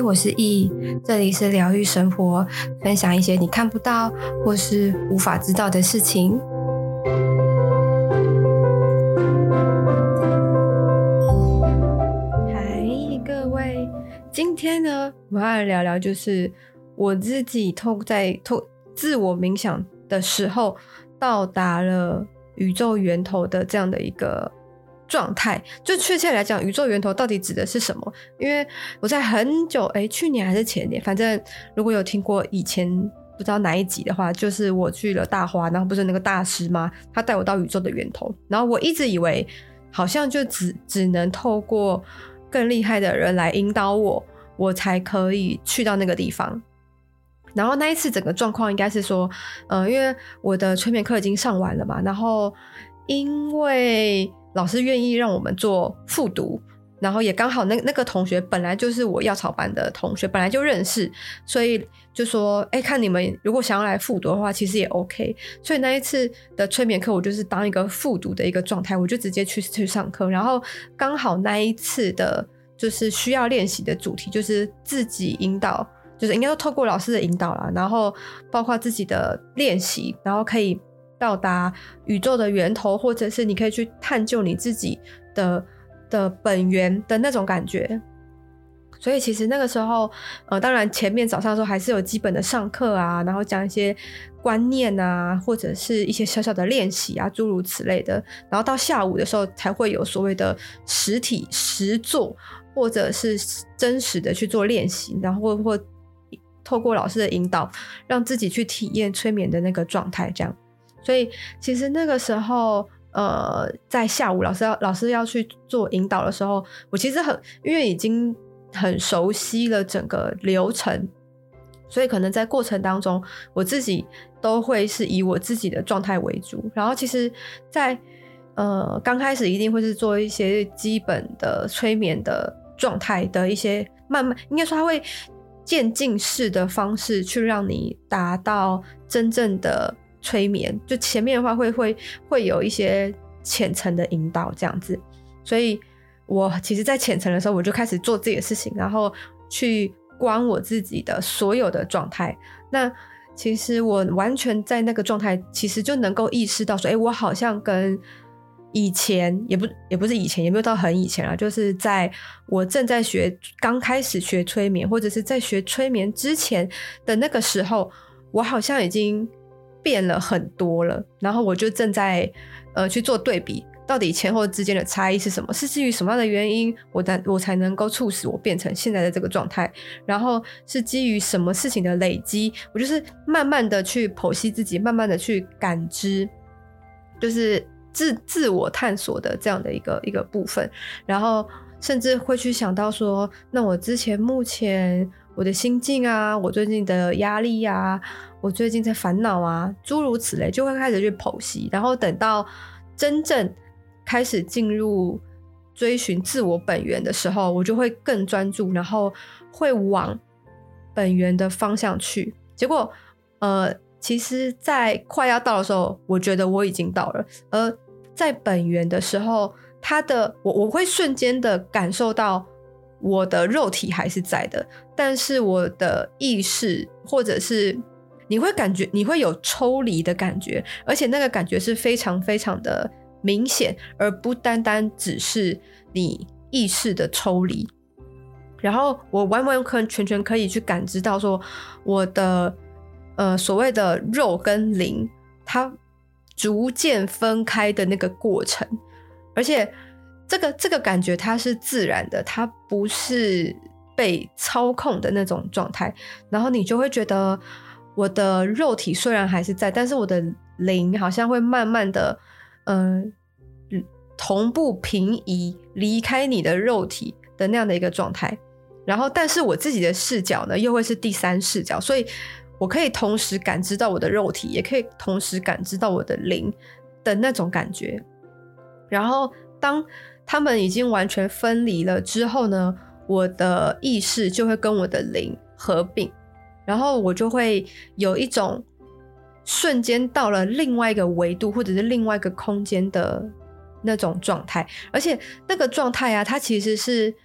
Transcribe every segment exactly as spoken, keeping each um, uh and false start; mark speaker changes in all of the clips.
Speaker 1: 我是易，这里是疗愈生活，分享一些你看不到或是无法知道的事情。嗨，各位，今天呢，我们要来聊聊，就是我自己透在透自我冥想的时候，到达了宇宙源头的这样的一个状态。就确切来讲，宇宙源头到底指的是什么？因为我在很久诶去年还是前年，反正如果有听过以前不知道哪一集的话，就是我去了大花，然后不是那个大师吗？他带我到宇宙的源头，然后我一直以为好像就只只能透过更厉害的人来引导我，我才可以去到那个地方。然后那一次整个状况应该是说，呃，因为我的催眠课已经上完了嘛，然后因为老师愿意让我们做复读，然后也刚好那那个同学本来就是我药草班的同学，本来就认识，所以就说哎，看你们如果想要来复读的话其实也 OK。 所以那一次的催眠课我就是当一个复读的一个状态，我就直接去去上课。然后刚好那一次的就是需要练习的主题就是自己引导，就是应该说透过老师的引导啦，然后包括自己的练习，然后可以到达宇宙的源头，或者是你可以去探究你自己的的本源的那种感觉。所以其实那个时候呃，当然前面早上的时候还是有基本的上课啊，然后讲一些观念啊，或者是一些小小的练习啊，诸如此类的。然后到下午的时候才会有所谓的实体实作，或者是真实的去做练习，然后或或透过老师的引导让自己去体验催眠的那个状态这样。所以其实那个时候呃，在下午老师要老师要去做引导的时候，我其实很因为已经很熟悉了整个流程，所以可能在过程当中我自己都会是以我自己的状态为主。然后其实在呃刚开始一定会是做一些基本的催眠的状态的一些慢慢应该说它会渐进式的方式去让你达到真正的催眠，就前面的话会会会有一些浅层的引导这样子。所以我其实在浅层的时候我就开始做自己的事情，然后去观我自己的所有的状态。那其实我完全在那个状态其实就能够意识到说，诶，我好像跟以前也不也不是以前，也没有到很以前啦，就是在我正在学刚开始学催眠，或者是在学催眠之前的那个时候，我好像已经变了很多了。然后我就正在呃去做对比，到底前后之间的差异是什么，是基于什么样的原因我的我才能够促使我变成现在的这个状态，然后是基于什么事情的累积。我就是慢慢的去剖析自己，慢慢的去感知，就是自自我探索的这样的一个一个部分。然后甚至会去想到说，那我之前目前我的心境啊，我最近的压力啊，我最近在烦恼啊，诸如此类，就会开始去剖析。然后等到真正开始进入追寻自我本源的时候，我就会更专注，然后会往本源的方向去。结果呃，其实在快要到的时候我觉得我已经到了，而在本源的时候它的我我会瞬间的感受到我的肉体还是在的，但是我的意识或者是你会感觉你会有抽离的感觉，而且那个感觉是非常非常的明显，而不单单只是你意识的抽离。然后我完完全全可以去感知到说我的呃所谓的肉跟灵它逐渐分开的那个过程，而且这个这个感觉它是自然的，它不是被操控的那种状态。然后你就会觉得我的肉体虽然还是在，但是我的灵好像会慢慢的呃同步平移离开你的肉体的那样的一个状态。然后但是我自己的视角呢又会是第三视角，所以我可以同时感知到我的肉体，也可以同时感知到我的灵的那种感觉。然后当他们已经完全分离了之后呢，我的意识就会跟我的灵合并，然后我就会有一种瞬间到了另外一个维度或者是另外一个空间的那种状态。而且那个状态啊，它其实是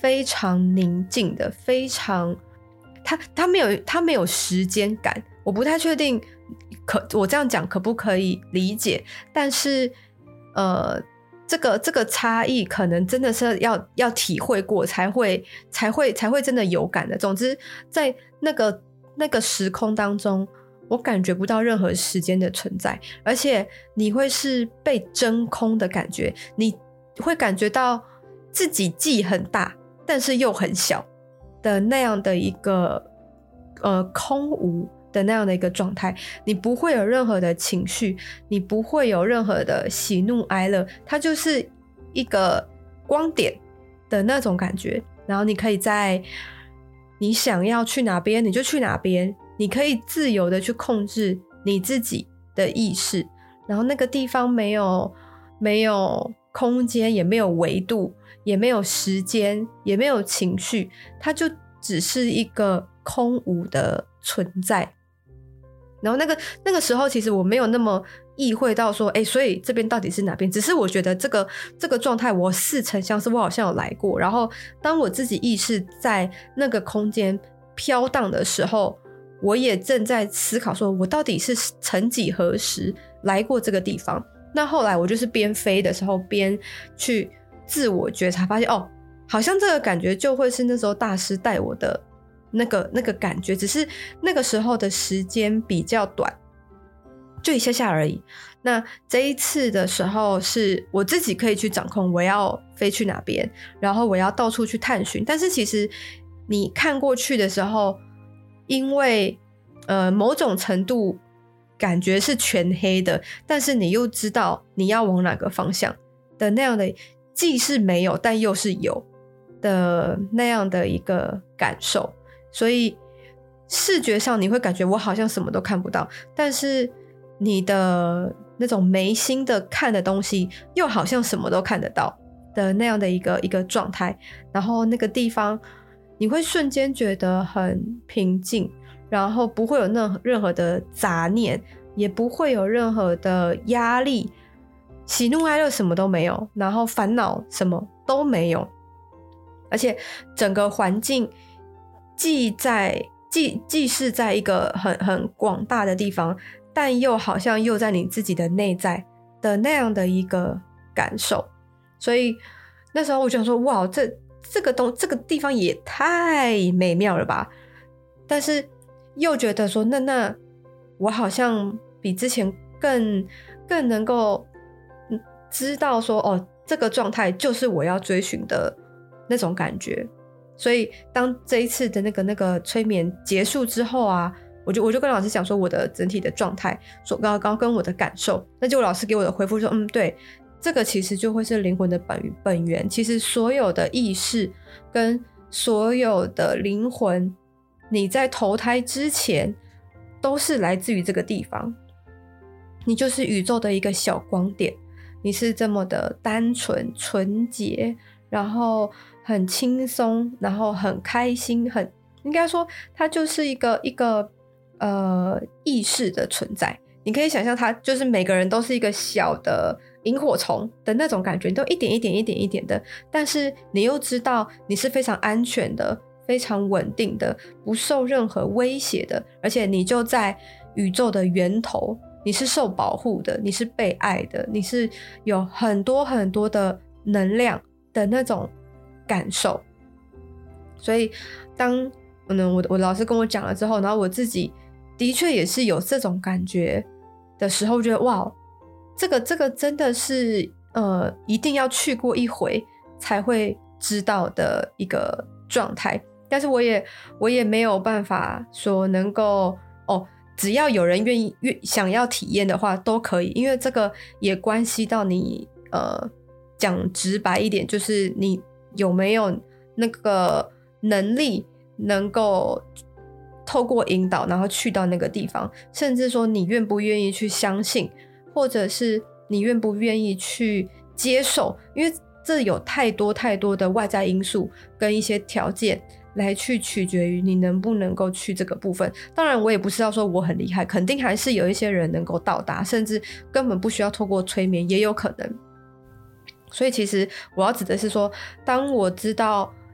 Speaker 1: 非常宁静的，非常它它没有它没有时间感，我不太确定可我这样讲可不可以理解，但是呃。这个这个差异可能真的是要要体会过才会才会才会真的有感的。总之，在那个那个时空当中，我感觉不到任何时间的存在，而且你会是被真空的感觉，你会感觉到自己既很大，但是又很小的那样的一个呃空无的那样的一个状态，你不会有任何的情绪，你不会有任何的喜怒哀乐，它就是一个光点的那种感觉。然后你可以在你想要去哪边你就去哪边，你可以自由的去控制你自己的意识，然后那个地方没有没有空间，也没有维度，也没有时间，也没有情绪，它就只是一个空无的存在。然后那个那个时候其实我没有那么意会到说诶所以这边到底是哪边，只是我觉得这个这个状态我似曾相识，我好像有来过。然后当我自己意识在那个空间飘荡的时候，我也正在思考说我到底是曾几何时来过这个地方。那后来我就是边飞的时候边去自我觉察，发现哦好像这个感觉就会是那时候大师带我的那个那个感觉，只是那个时候的时间比较短，就一下下而已。那这一次的时候是我自己可以去掌控我要飞去哪边，然后我要到处去探寻。但是其实你看过去的时候，因为呃某种程度感觉是全黑的，但是你又知道你要往哪个方向的那样的，既是没有但又是有的那样的一个感受。所以视觉上你会感觉我好像什么都看不到，但是你的那种眉心的看的东西又好像什么都看得到的那样的一个一个状态。然后那个地方你会瞬间觉得很平静，然后不会有任任何的杂念，也不会有任何的压力，喜怒哀乐什么都没有，然后烦恼什么都没有，而且整个环境既在既既是在一个很很广大的地方，但又好像又在你自己的内在的那样的一个感受。所以那时候我就想说哇这这个东这个地方也太美妙了吧，但是又觉得说那那我好像比之前更更能够知道说哦这个状态就是我要追寻的那种感觉。所以当这一次的那个那个催眠结束之后啊，我就我就跟老师讲说我的整体的状态，说刚刚跟我的感受，那就老师给我的回复说嗯对，这个其实就会是灵魂的本本源，其实所有的意识跟所有的灵魂，你在投胎之前都是来自于这个地方，你就是宇宙的一个小光点，你是这么的单纯纯洁，然后很轻松，然后很开心，很应该说它就是一个一个呃意识的存在。你可以想象它就是每个人都是一个小的萤火虫的那种感觉，都一点一点一点一点的，但是你又知道你是非常安全的，非常稳定的，不受任何威胁的，而且你就在宇宙的源头，你是受保护的，你是被爱的，你是有很多很多的能量的那种感受。所以当嗯我我老师跟我讲了之后，然后我自己的确也是有这种感觉的时候，觉得哇这个这个真的是呃一定要去过一回才会知道的一个状态。但是我也我也没有办法说能够哦只要有人愿意愿想要体验的话都可以，因为这个也关系到你呃讲直白一点，就是你有没有那个能力能够透过引导然后去到那个地方，甚至说你愿不愿意去相信，或者是你愿不愿意去接受，因为这有太多太多的外在因素跟一些条件来去取决于你能不能够去这个部分。当然我也不是要说我很厉害，肯定还是有一些人能够到达，甚至根本不需要透过催眠也有可能。所以其实我要指的是说，当我知道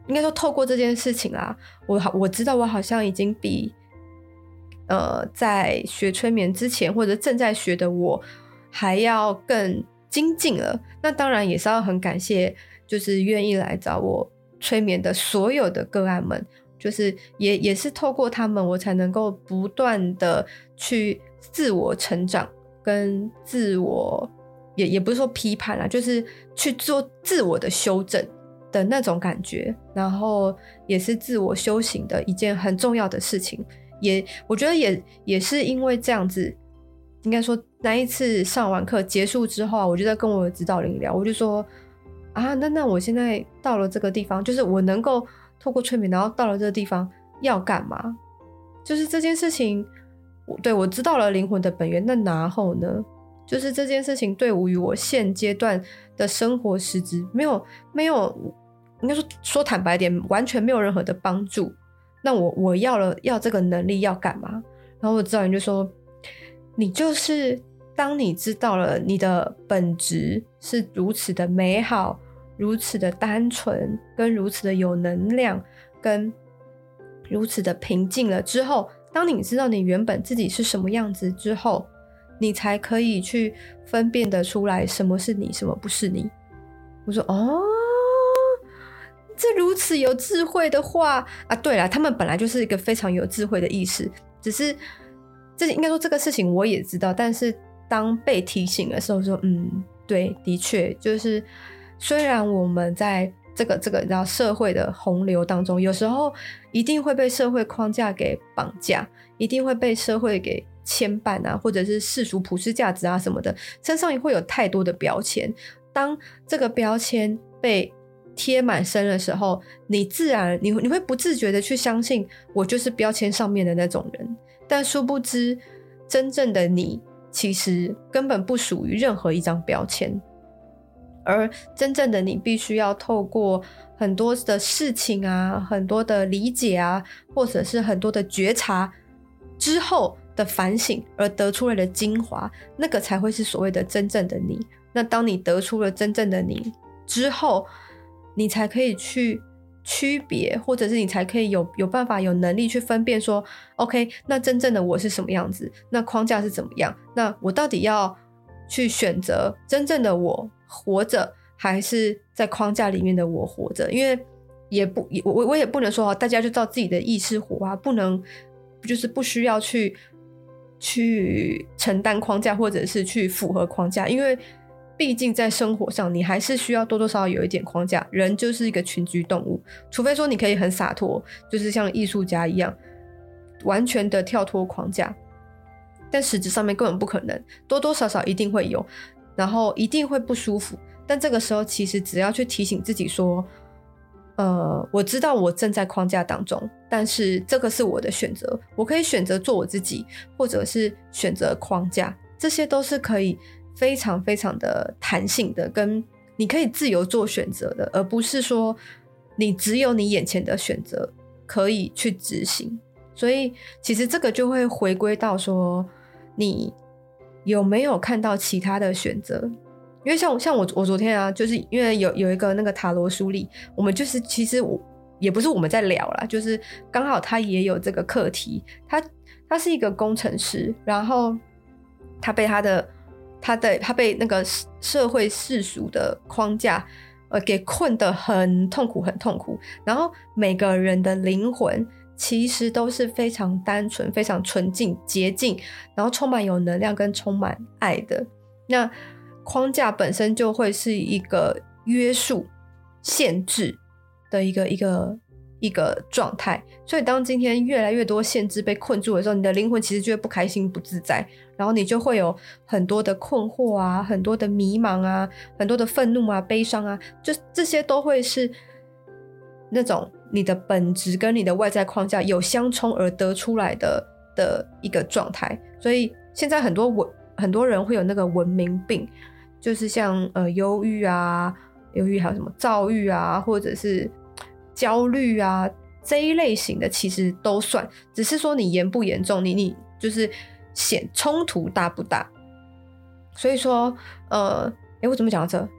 Speaker 1: 应该说透过这件事情啦，我好我知道我好像已经比呃在学催眠之前或者正在学的我还要更精进了。那当然也是要很感谢就是愿意来找我催眠的所有的个案们，就是也也是透过他们我才能够不断的去自我成长跟自我也也不是说批判啦，就是去做自我的修正的那种感觉，然后也是自我修行的一件很重要的事情。也我觉得也也是因为这样子，应该说那一次上完课结束之后啊，我就在跟我的指导灵聊，我就说啊，那那我现在到了这个地方，就是我能够透过催眠然后到了这个地方要干嘛，就是这件事情对我知道了灵魂的本源，那然后呢就是这件事情对于我现阶段的生活实质没有没有应该说说坦白点完全没有任何的帮助，那我我要了要这个能力要干嘛？然后我指导灵就说你就是当你知道了你的本质是如此的美好，如此的单纯，跟如此的有能量，跟如此的平静了之后，当你知道你原本自己是什么样子之后，你才可以去分辨得出来什么是你，什么不是你。我说哦，这如此有智慧的话啊！对啦，他们本来就是一个非常有智慧的意识，只是这应该说这个事情我也知道，但是当被提醒的时候说嗯对，的确就是虽然我们在这个这个你知道社会的洪流当中，有时候一定会被社会框架给绑架，一定会被社会给牵绊啊，或者是世俗普世价值啊什么的，身上也会有太多的标签，当这个标签被贴满身的时候，你自然你你会不自觉的去相信我就是标签上面的那种人，但殊不知真正的你其实根本不属于任何一张标签，而真正的你必须要透过很多的事情啊，很多的理解啊，或者是很多的觉察之后的反省而得出来的精华，那个才会是所谓的真正的你。那当你得出了真正的你之后，你才可以去区别，或者是你才可以有有办法有能力去分辨说 OK 那真正的我是什么样子，那框架是怎么样，那我到底要去选择真正的我活着，还是在框架里面的我活着。因为也不我我也不能说大家就照自己的意识活啊，不能就是不需要去去承担框架，或者是去符合框架，因为毕竟在生活上你还是需要多多少少有一点框架，人就是一个群居动物，除非说你可以很洒脱，就是像艺术家一样完全的跳脱框架，但实质上面根本不可能，多多少少一定会有，然后一定会不舒服，但这个时候其实只要去提醒自己说呃，我知道我正在框架当中，但是这个是我的选择，我可以选择做我自己，或者是选择框架，这些都是可以非常非常的弹性的，跟你可以自由做选择的，而不是说你只有你眼前的选择可以去执行。所以其实这个就会回归到说你有没有看到其他的选择。因为像像我我昨天啊，就是因为有有一个那个塔罗梳理，我们就是其实我也不是我们在聊啦，就是刚好他也有这个课题，他他是一个工程师，然后他被他的他的他被那个社会世俗的框架呃给困得很痛苦很痛苦，然后每个人的灵魂其实都是非常单纯非常纯净洁净，然后充满有能量跟充满爱的，那框架本身就会是一个约束限制的一个一个一个状态，所以当今天越来越多限制被困住的时候，你的灵魂其实就会不开心不自在，然后你就会有很多的困惑啊，很多的迷茫啊，很多的愤怒啊，悲伤啊，就这些都会是那种你的本质跟你的外在框架有相冲而得出来的的一个状态。所以现在很多文很多人会有那个文明病，就是像呃忧郁啊，忧郁还有什么躁郁啊，或者是焦虑啊，这一类型的其实都算，只是说你严不严重，你你就是显冲突大不大。所以说呃诶我怎么讲到这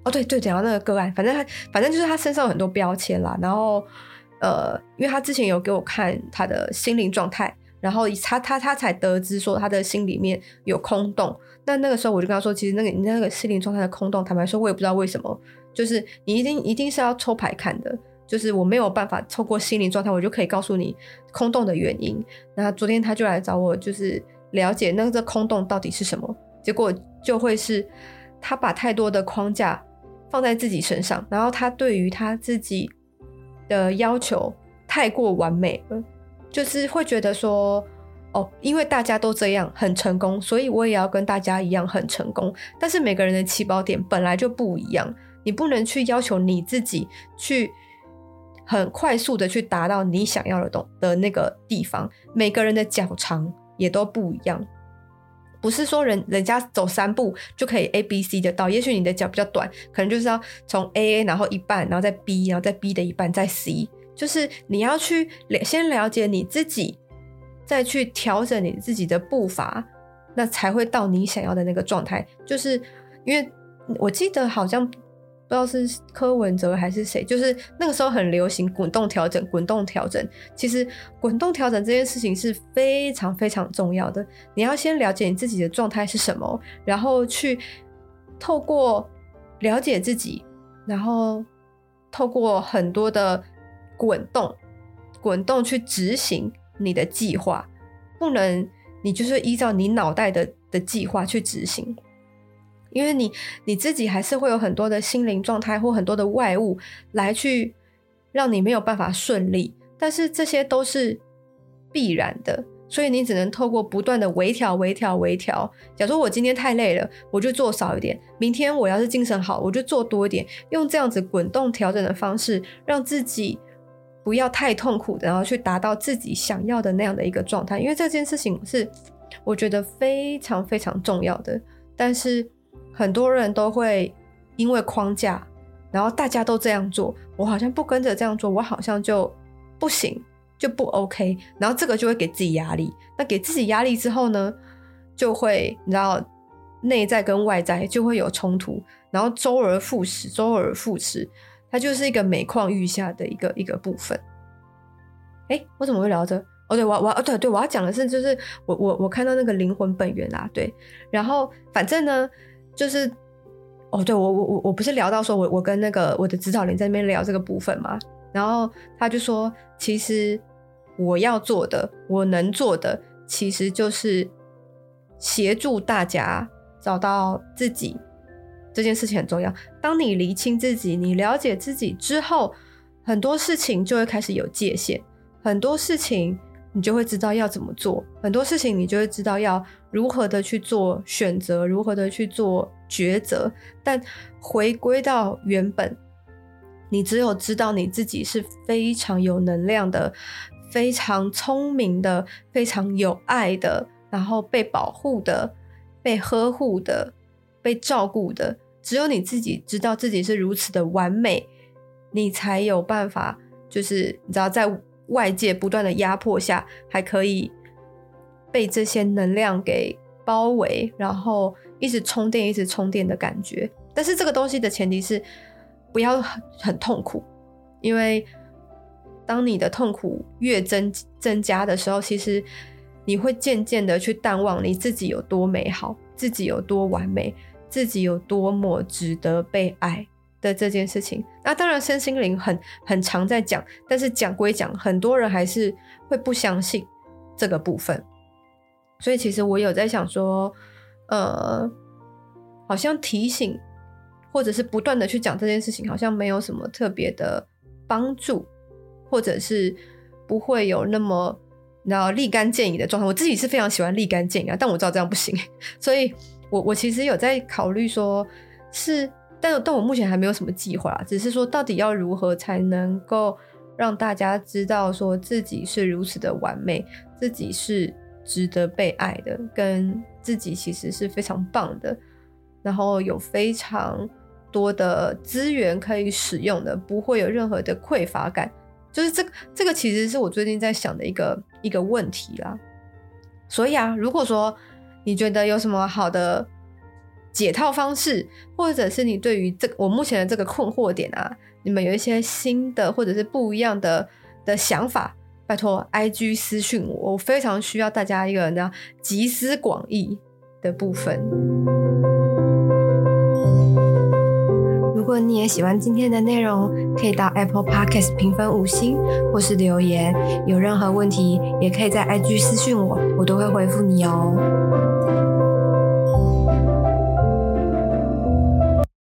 Speaker 1: 哦，对对，讲到那个个案，反正他反正就是他身上有很多标签啦，然后呃，因为他之前有给我看他的心灵状态，然后他他他才得知说他的心里面有空洞。那那个时候我就跟他说，其实那个你那个心灵状态的空洞，坦白说我也不知道为什么，就是你一定一定是要抽牌看的，就是我没有办法透过心灵状态我就可以告诉你空洞的原因。那昨天他就来找我，就是了解那个空洞到底是什么，结果就会是他把太多的框架放在自己身上，然后他对于他自己的要求太过完美了，就是会觉得说哦，因为大家都这样很成功，所以我也要跟大家一样很成功。但是每个人的起跑点本来就不一样，你不能去要求你自己去很快速的去达到你想要的东的那个地方。每个人的脚长也都不一样，不是说人人家走三步就可以 A B C 的到，也许你的脚比较短，可能就是要从 A 然后一半，然后再 B， 然后再 B 的一半，再 C， 就是你要去先了解你自己，再去调整你自己的步伐，那才会到你想要的那个状态。就是因为我记得好像不知道是柯文哲还是谁，就是那个时候很流行滚动调整滚动调整。其实滚动调整这件事情是非常非常重要的，你要先了解你自己的状态是什么，然后去透过了解自己，然后透过很多的滚动滚动去执行你的计划，不能你就是依照你脑袋的的计划去执行，因为你你自己还是会有很多的心灵状态或很多的外物来去让你没有办法顺利，但是这些都是必然的，所以你只能透过不断的微调微调微调。假如说我今天太累了，我就做少一点，明天我要是精神好，我就做多一点，用这样子滚动调整的方式，让自己不要太痛苦的，然后去达到自己想要的那样的一个状态。因为这件事情是我觉得非常非常重要的，但是很多人都会因为框架，然后大家都这样做，我好像不跟着这样做，我好像就不行，就不 OK， 然后这个就会给自己压力。那给自己压力之后呢，就会你知道内在跟外在就会有冲突，然后周而复始周而复始，它就是一个每况愈下的一个一个部分。诶，我怎么会聊这？哦，对，我我对对，我要讲的是，就是我我我看到那个灵魂本源啦，对，然后反正呢，就是哦，对我我我不是聊到说我我跟那个我的指导灵在那边聊这个部分嘛，然后他就说，其实我要做的，我能做的，其实就是协助大家找到自己。这件事情很重要，当你厘清自己，你了解自己之后，很多事情就会开始有界限，很多事情你就会知道要怎么做，很多事情你就会知道要如何的去做选择，如何的去做抉择。但回归到原本，你只有知道你自己是非常有能量的，非常聪明的，非常有爱的，然后被保护的，被呵护的，被照顾的，只有你自己知道自己是如此的完美，你才有办法，就是你知道在外界不断的压迫下，还可以被这些能量给包围，然后一直充电一直充电的感觉。但是这个东西的前提是不要很痛苦，因为当你的痛苦越增增加的时候，其实你会渐渐的去淡忘你自己有多美好，自己有多完美，自己有多么值得被爱的这件事情。那当然身心灵很很常在讲，但是讲归讲，很多人还是会不相信这个部分。所以其实我有在想说呃，好像提醒或者是不断的去讲这件事情，好像没有什么特别的帮助，或者是不会有那么然后立竿见影的状态。我自己是非常喜欢立竿见影啊，但我知道这样不行，所以我我其实有在考虑说是但但我目前还没有什么计划，只是说到底要如何才能够让大家知道说自己是如此的完美，自己是值得被爱的，跟自己其实是非常棒的，然后有非常多的资源可以使用的，不会有任何的匮乏感。就是这个这个其实是我最近在想的一个一个问题啦。所以啊，如果说你觉得有什么好的解套方式，或者是你对于这个我目前的这个困惑点啊，你们有一些新的或者是不一样的的想法，拜托 I G 私讯我，我非常需要大家一个人的集思广益的部分。如果你也喜欢今天的内容，可以到 Apple Podcast 评分五星或是留言，有任何问题也可以在 I G 私讯我，我都会回复你哦。